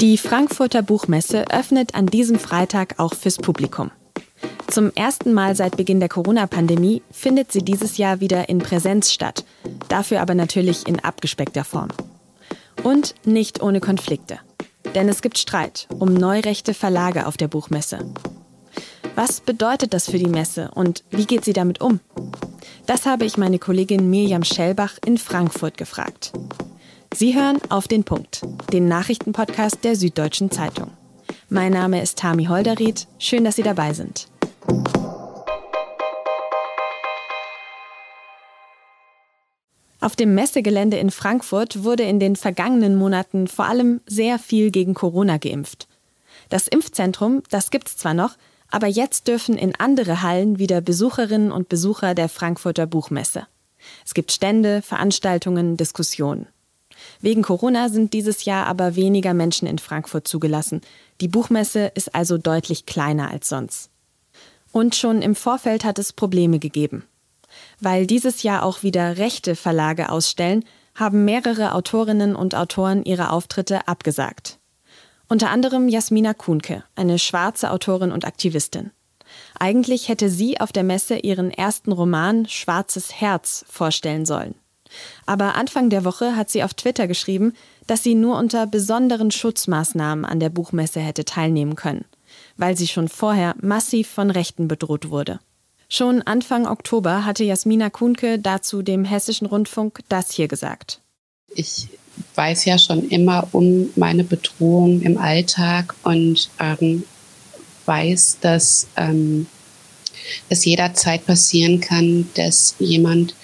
Die Frankfurter Buchmesse öffnet an diesem Freitag auch fürs Publikum. Zum ersten Mal seit Beginn der Corona-Pandemie findet sie dieses Jahr wieder in Präsenz statt, dafür aber natürlich in abgespeckter Form. Und nicht ohne Konflikte. Denn es gibt Streit um neurechte Verlage auf der Buchmesse. Was bedeutet das für die Messe und wie geht sie damit um? Das habe ich meine Kollegin Mirjam Schellbach in Frankfurt gefragt. Sie hören Auf den Punkt, den Nachrichtenpodcast der Süddeutschen Zeitung. Mein Name ist Tami Holderried. Schön, dass Sie dabei sind. Auf dem Messegelände in Frankfurt wurde in den vergangenen Monaten vor allem sehr viel gegen Corona geimpft. Das Impfzentrum, das gibt's zwar noch, aber jetzt dürfen in andere Hallen wieder Besucherinnen und Besucher der Frankfurter Buchmesse. Es gibt Stände, Veranstaltungen, Diskussionen. Wegen Corona sind dieses Jahr aber weniger Menschen in Frankfurt zugelassen. Die Buchmesse ist also deutlich kleiner als sonst. Und schon im Vorfeld hat es Probleme gegeben. Weil dieses Jahr auch wieder rechte Verlage ausstellen, haben mehrere Autorinnen und Autoren ihre Auftritte abgesagt. Unter anderem Jasmina Kuhnke, eine schwarze Autorin und Aktivistin. Eigentlich hätte sie auf der Messe ihren ersten Roman »Schwarzes Herz« vorstellen sollen. Aber Anfang der Woche hat sie auf Twitter geschrieben, dass sie nur unter besonderen Schutzmaßnahmen an der Buchmesse hätte teilnehmen können, weil sie schon vorher massiv von Rechten bedroht wurde. Schon Anfang Oktober hatte Jasmina Kuhnke dazu dem Hessischen Rundfunk das hier gesagt. Ich weiß ja schon immer um meine Bedrohung im Alltag und weiß, dass es jederzeit passieren kann, dass jemand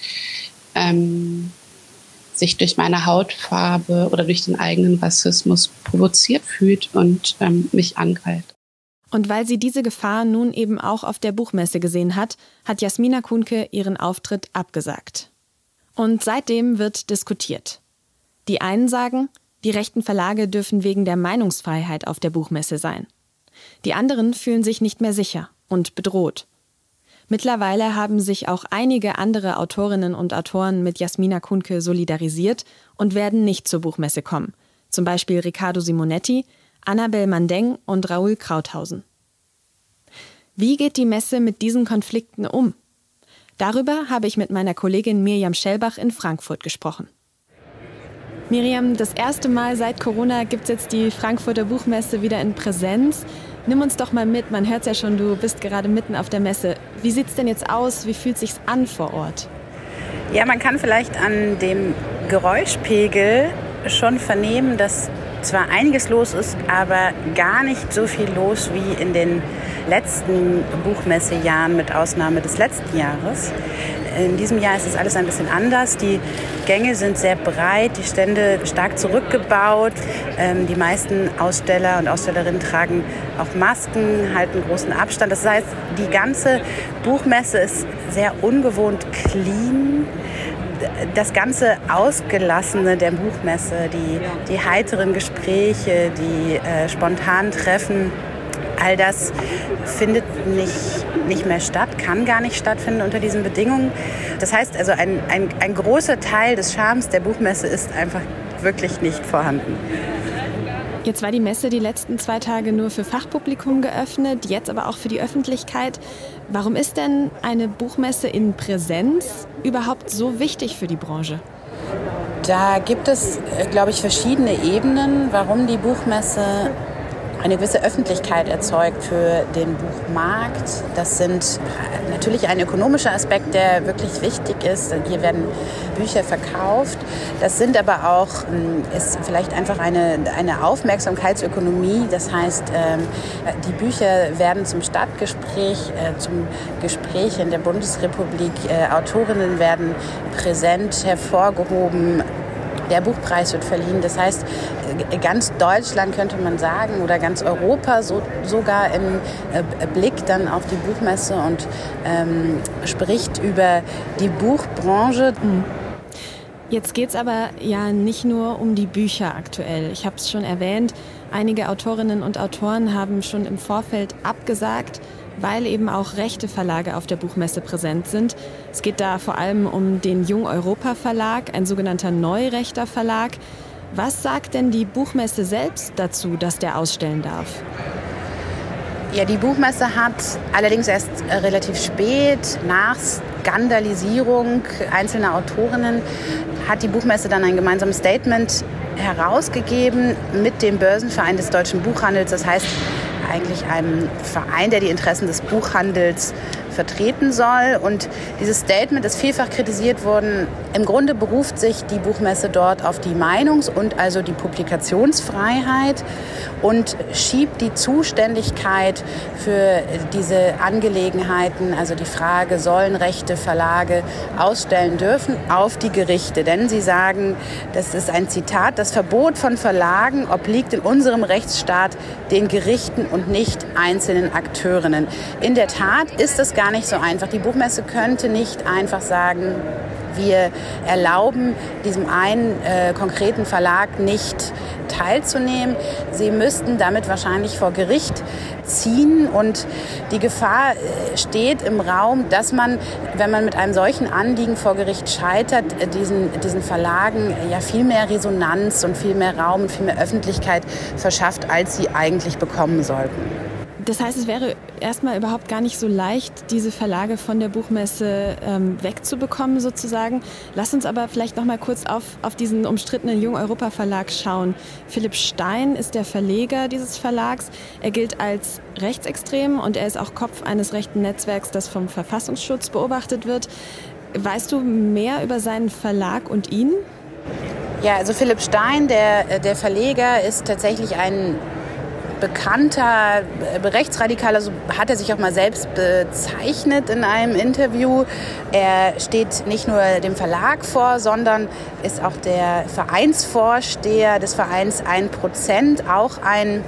sich durch meine Hautfarbe oder durch den eigenen Rassismus provoziert fühlt und mich angreift. Und weil sie diese Gefahr nun eben auch auf der Buchmesse gesehen hat, hat Jasmina Kuhnke ihren Auftritt abgesagt. Und seitdem wird diskutiert. Die einen sagen, die rechten Verlage dürfen wegen der Meinungsfreiheit auf der Buchmesse sein. Die anderen fühlen sich nicht mehr sicher und bedroht. Mittlerweile haben sich auch einige andere Autorinnen und Autoren mit Jasmina Kuhnke solidarisiert und werden nicht zur Buchmesse kommen. Zum Beispiel Riccardo Simonetti, Annabel Mandeng und Raoul Krauthausen. Wie geht die Messe mit diesen Konflikten um? Darüber habe ich mit meiner Kollegin Mirjam Schellbach in Frankfurt gesprochen. Mirjam, das erste Mal seit Corona gibt es jetzt die Frankfurter Buchmesse wieder in Präsenz. Nimm uns doch mal mit, man hört es ja schon, du bist gerade mitten auf der Messe. Wie sieht es denn jetzt aus? Wie fühlt es sich an vor Ort? Ja, man kann vielleicht an dem Geräuschpegel schon vernehmen, dass zwar einiges los ist, aber gar nicht so viel los wie in den letzten Buchmessejahren mit Ausnahme des letzten Jahres. In diesem Jahr ist es alles ein bisschen anders. Die Gänge sind sehr breit, die Stände stark zurückgebaut. Die meisten Aussteller und Ausstellerinnen tragen auch Masken, halten großen Abstand. Das heißt, die ganze Buchmesse ist sehr ungewohnt clean. Das ganze Ausgelassene der Buchmesse, die heiteren Gespräche, die spontanen Treffen, all das findet nicht mehr statt, kann gar nicht stattfinden unter diesen Bedingungen. Das heißt also, ein großer Teil des Charmes der Buchmesse ist einfach wirklich nicht vorhanden. Jetzt war die Messe die letzten 2 Tage nur für Fachpublikum geöffnet, jetzt aber auch für die Öffentlichkeit. Warum ist denn eine Buchmesse in Präsenz überhaupt so wichtig für die Branche? Da gibt es, glaube ich, verschiedene Ebenen, warum die Buchmesse eine gewisse Öffentlichkeit erzeugt für den Buchmarkt. Das sind natürlich ein ökonomischer Aspekt, der wirklich wichtig ist. Hier werden Bücher verkauft. Das sind aber auch, ist vielleicht einfach eine Aufmerksamkeitsökonomie. Das heißt, die Bücher werden zum Stadtgespräch, zum Gespräch in der Bundesrepublik. Autorinnen werden präsent hervorgehoben. Der Buchpreis wird verliehen. Das heißt, ganz Deutschland könnte man sagen oder ganz Europa sogar im Blick dann auf die Buchmesse und spricht über die Buchbranche. Jetzt geht es aber ja nicht nur um die Bücher aktuell. Ich habe es schon erwähnt, einige Autorinnen und Autoren haben schon im Vorfeld abgesagt, weil eben auch rechte Verlage auf der Buchmesse präsent sind. Es geht da vor allem um den Jung Europa Verlag, ein sogenannter neurechter Verlag. Was sagt denn die Buchmesse selbst dazu, dass der ausstellen darf? Ja, die Buchmesse hat allerdings erst relativ spät, nach Skandalisierung einzelner Autorinnen, hat die Buchmesse dann ein gemeinsames Statement herausgegeben mit dem Börsenverein des deutschen Buchhandels. Das heißt eigentlich einem Verein, der die Interessen des Buchhandels vertreten soll. Und dieses Statement ist vielfach kritisiert worden. Im Grunde beruft sich die Buchmesse dort auf die Meinungs- und also die Publikationsfreiheit und schiebt die Zuständigkeit für diese Angelegenheiten, also die Frage, sollen Rechte Verlage ausstellen dürfen, auf die Gerichte. Denn sie sagen, das ist ein Zitat, das Verbot von Verlagen obliegt in unserem Rechtsstaat den Gerichten und nicht einzelnen Akteurinnen. In der Tat ist es gar nicht so einfach. Die Buchmesse könnte nicht einfach sagen, wir erlauben diesem einen konkreten Verlag nicht teilzunehmen. Sie müssten damit wahrscheinlich vor Gericht ziehen und die Gefahr steht im Raum, dass man, wenn man mit einem solchen Anliegen vor Gericht scheitert, diesen Verlagen ja viel mehr Resonanz und viel mehr Raum und viel mehr Öffentlichkeit verschafft, als sie eigentlich bekommen sollten. Das heißt, es wäre erstmal überhaupt gar nicht so leicht, diese Verlage von der Buchmesse wegzubekommen sozusagen. Lass uns aber vielleicht noch mal kurz auf diesen umstrittenen Jung-Europa-Verlag schauen. Philipp Stein ist der Verleger dieses Verlags. Er gilt als rechtsextrem und er ist auch Kopf eines rechten Netzwerks, das vom Verfassungsschutz beobachtet wird. Weißt du mehr über seinen Verlag und ihn? Ja, also Philipp Stein, der Verleger, ist tatsächlich ein bekannter Rechtsradikaler, so hat er sich auch mal selbst bezeichnet in einem Interview. Er steht nicht nur dem Verlag vor, sondern ist auch der Vereinsvorsteher des Vereins 1%, auch ein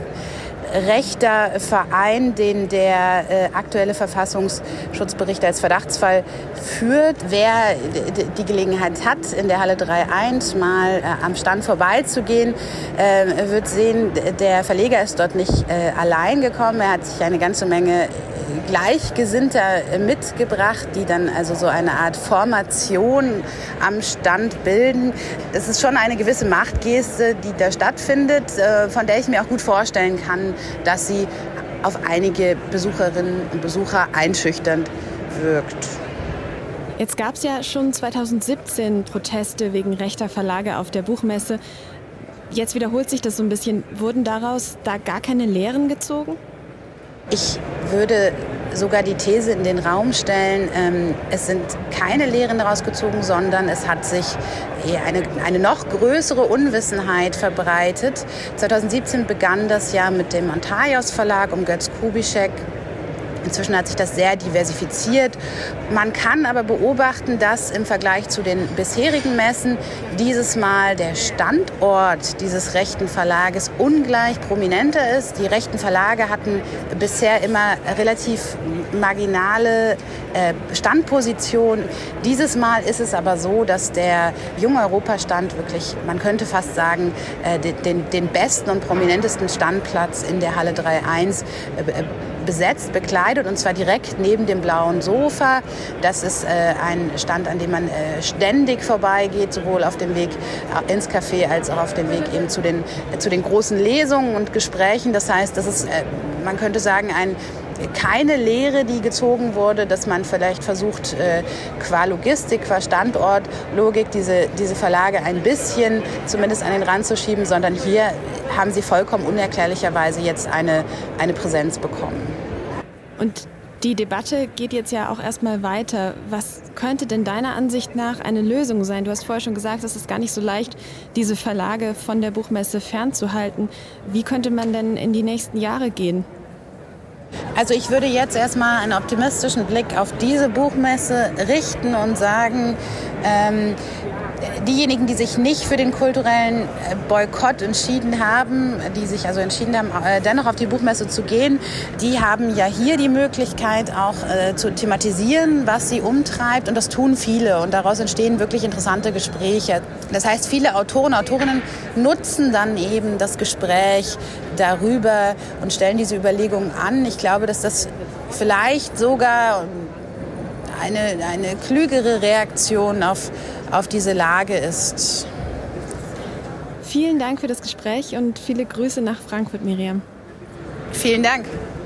rechter Verein, den der aktuelle Verfassungsschutzbericht als Verdachtsfall führt. Wer die Gelegenheit hat, in der Halle 3.1 mal am Stand vorbeizugehen, wird sehen, der Verleger ist dort nicht allein gekommen. Er hat sich eine ganze Menge Gleichgesinnter mitgebracht, die dann also so eine Art Formation am Stand bilden. Das ist schon eine gewisse Machtgeste, die da stattfindet, von der ich mir auch gut vorstellen kann, dass sie auf einige Besucherinnen und Besucher einschüchternd wirkt. Jetzt gab es ja schon 2017 Proteste wegen rechter Verlage auf der Buchmesse. Jetzt wiederholt sich das so ein bisschen. Wurden daraus da gar keine Lehren gezogen? Ich würde sogar die These in den Raum stellen, es sind keine Lehren daraus gezogen, sondern es hat sich eine noch größere Unwissenheit verbreitet. 2017 begann das ja mit dem Antaios Verlag um Götz Kubitschek. Inzwischen hat sich das sehr diversifiziert. Man kann aber beobachten, dass im Vergleich zu den bisherigen Messen dieses Mal der Standort dieses rechten Verlages ungleich prominenter ist. Die rechten Verlage hatten bisher immer relativ marginale Standpositionen. Dieses Mal ist es aber so, dass der Jung-Europa-Stand wirklich, man könnte fast sagen, den besten und prominentesten Standplatz in der Halle 3.1 besetzt, bekleidet, und zwar direkt neben dem blauen Sofa. Das ist ein Stand, an dem man ständig vorbeigeht, sowohl auf dem Weg ins Café als auch auf dem Weg eben zu den großen Lesungen und Gesprächen. Das heißt, das ist, man könnte sagen, keine Lehre, die gezogen wurde, dass man vielleicht versucht, qua Logistik, qua Standortlogik diese Verlage ein bisschen zumindest an den Rand zu schieben, sondern hier haben sie vollkommen unerklärlicherweise jetzt eine Präsenz bekommen. Und die Debatte geht jetzt ja auch erstmal weiter. Was könnte denn deiner Ansicht nach eine Lösung sein? Du hast vorher schon gesagt, es ist gar nicht so leicht, diese Verlage von der Buchmesse fernzuhalten. Wie könnte man denn in die nächsten Jahre gehen? Also ich würde jetzt erstmal einen optimistischen Blick auf diese Buchmesse richten und sagen, diejenigen, die sich nicht für den kulturellen Boykott entschieden haben, die sich also entschieden haben, dennoch auf die Buchmesse zu gehen, die haben ja hier die Möglichkeit auch zu thematisieren, was sie umtreibt, und das tun viele, und daraus entstehen wirklich interessante Gespräche. Das heißt, viele Autoren, Autorinnen nutzen dann eben das Gespräch darüber und stellen diese Überlegungen an. Ich glaube, dass das vielleicht sogar eine klügere Reaktion auf diese Lage ist. Vielen Dank für das Gespräch und viele Grüße nach Frankfurt, Miriam. Vielen Dank.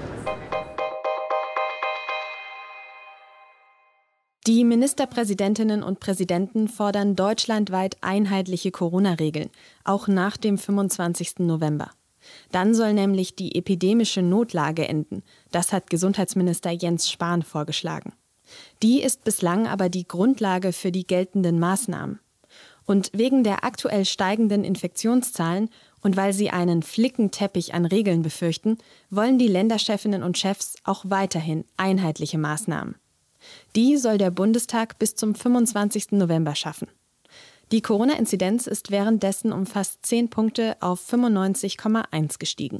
Die Ministerpräsidentinnen und Präsidenten fordern deutschlandweit einheitliche Corona-Regeln, auch nach dem 25. November. Dann soll nämlich die epidemische Notlage enden. Das hat Gesundheitsminister Jens Spahn vorgeschlagen. Die ist bislang aber die Grundlage für die geltenden Maßnahmen. Und wegen der aktuell steigenden Infektionszahlen und weil sie einen Flickenteppich an Regeln befürchten, wollen die Länderchefinnen und Chefs auch weiterhin einheitliche Maßnahmen. Die soll der Bundestag bis zum 25. November schaffen. Die Corona-Inzidenz ist währenddessen um fast 10 Punkte auf 95,1 gestiegen.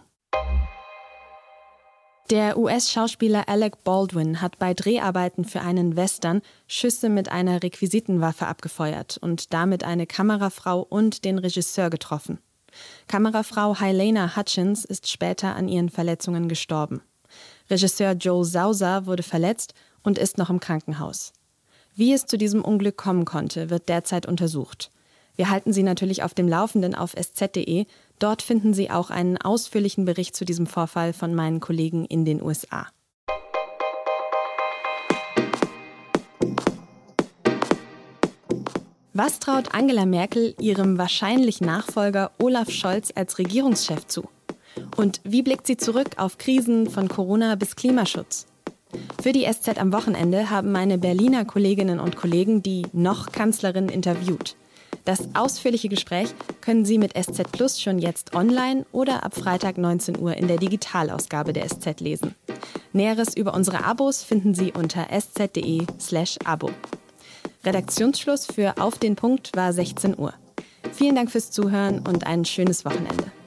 Der US-Schauspieler Alec Baldwin hat bei Dreharbeiten für einen Western Schüsse mit einer Requisitenwaffe abgefeuert und damit eine Kamerafrau und den Regisseur getroffen. Kamerafrau Halyna Hutchins ist später an ihren Verletzungen gestorben. Regisseur Joe Sousa wurde verletzt und ist noch im Krankenhaus. Wie es zu diesem Unglück kommen konnte, wird derzeit untersucht. Wir halten Sie natürlich auf dem Laufenden auf sz.de. Dort finden Sie auch einen ausführlichen Bericht zu diesem Vorfall von meinen Kollegen in den USA. Was traut Angela Merkel ihrem wahrscheinlichen Nachfolger Olaf Scholz als Regierungschef zu? Und wie blickt sie zurück auf Krisen von Corona bis Klimaschutz? Für die SZ am Wochenende haben meine Berliner Kolleginnen und Kollegen die Noch-Kanzlerin interviewt. Das ausführliche Gespräch können Sie mit SZ Plus schon jetzt online oder ab Freitag 19 Uhr in der Digitalausgabe der SZ lesen. Näheres über unsere Abos finden Sie unter sz.de/Abo. Redaktionsschluss für Auf den Punkt war 16 Uhr. Vielen Dank fürs Zuhören und ein schönes Wochenende.